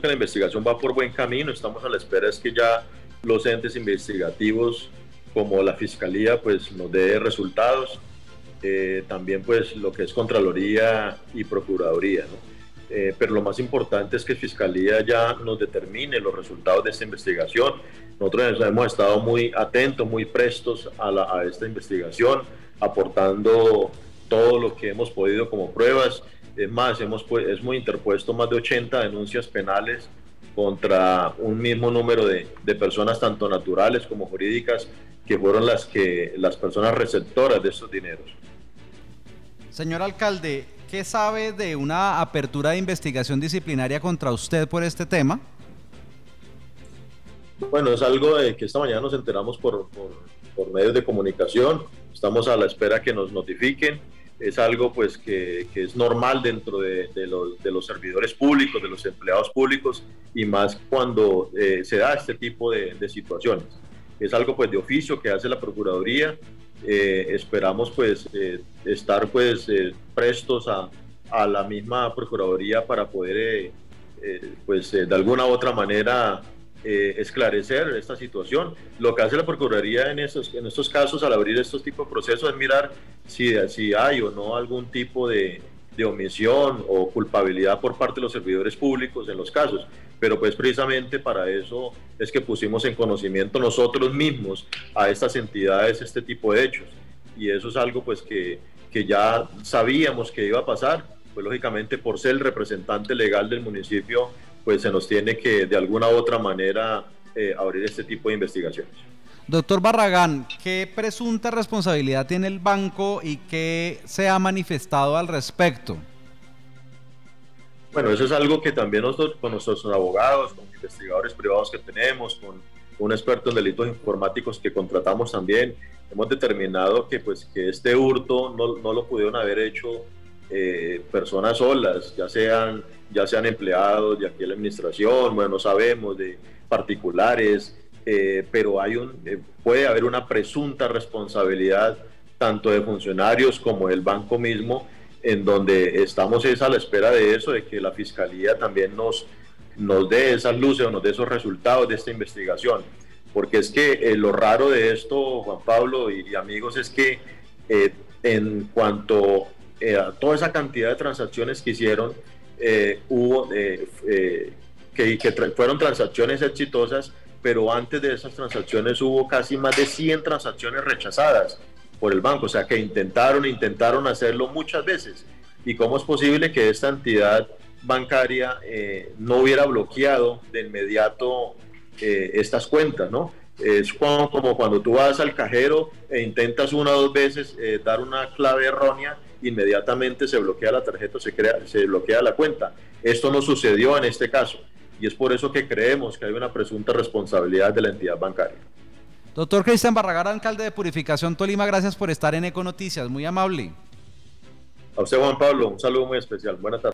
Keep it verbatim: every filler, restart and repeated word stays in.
que la investigación va por buen camino. Estamos a la espera es que ya los entes investigativos como la Fiscalía pues nos dé resultados, eh, también pues lo que es Contraloría y Procuraduría, ¿no? Eh, pero lo más importante es que Fiscalía ya nos determine los resultados de esta investigación. Nosotros hemos estado muy atentos, muy prestos a, la, a esta investigación, aportando todo lo que hemos podido como pruebas. Es más, hemos, hemos interpuesto más de ochenta denuncias penales contra un mismo número de, de personas, tanto naturales como jurídicas, que fueron las, que, las personas receptoras de estos dineros. Señor alcalde, ¿qué sabe de una apertura de investigación disciplinaria contra usted por este tema? Bueno, es algo de que esta mañana nos enteramos por, por, por medios de comunicación. Estamos a la espera que nos notifiquen. Es algo pues que, que es normal dentro de, de, los, de los servidores públicos, de los empleados públicos, y más cuando eh, se da este tipo de, de situaciones. Es algo pues de oficio que hace la Procuraduría. Eh, esperamos pues eh, estar pues eh, prestos a, a la misma Procuraduría para poder eh, eh, pues eh, de alguna u otra manera eh, esclarecer esta situación. Lo que hace la Procuraduría en estos, en estos casos al abrir estos tipos de procesos es mirar si, si hay o no algún tipo de, de omisión o culpabilidad por parte de los servidores públicos en los casos, pero pues precisamente para eso es que pusimos en conocimiento nosotros mismos a estas entidades este tipo de hechos, y eso es algo pues que, que ya sabíamos que iba a pasar. Pues lógicamente por ser el representante legal del municipio pues se nos tiene que de alguna u otra manera eh, abrir este tipo de investigaciones. Doctor Barragán, ¿qué presunta responsabilidad tiene el banco y qué se ha manifestado al respecto? Bueno, eso es algo que también nosotros, con nuestros abogados, con investigadores privados que tenemos, con un experto en delitos informáticos que contratamos también, hemos determinado que, pues, que este hurto no, no lo pudieron haber hecho eh, personas solas, ya sean, ya sean empleados de aquí de la administración, bueno, no sabemos, de particulares, eh, pero hay un, eh, puede haber una presunta responsabilidad tanto de funcionarios como del banco mismo, en donde estamos es a la espera de eso, de que la Fiscalía también nos, nos dé esas luces o nos dé esos resultados de esta investigación. Porque es que eh, lo raro de esto, Juan Pablo y, y amigos, es que eh, en cuanto eh, a toda esa cantidad de transacciones que hicieron, eh, hubo eh, eh, que, que tra fueron transacciones exitosas, pero antes de esas transacciones hubo casi más de cien transacciones rechazadas por el banco, o sea que intentaron, intentaron hacerlo muchas veces. ¿Y cómo es posible que esta entidad bancaria eh, no hubiera bloqueado de inmediato eh, estas cuentas, ¿no? Es como, como cuando tú vas al cajero e intentas una o dos veces eh, dar una clave errónea, inmediatamente se bloquea la tarjeta, se, crea, se bloquea la cuenta. Esto no sucedió en este caso, y es por eso que creemos que hay una presunta responsabilidad de la entidad bancaria. Doctor Cristian Barragán, alcalde de Purificación Tolima, gracias por estar en Econoticias, muy amable. A usted, Juan Pablo, un saludo muy especial. Buenas tardes.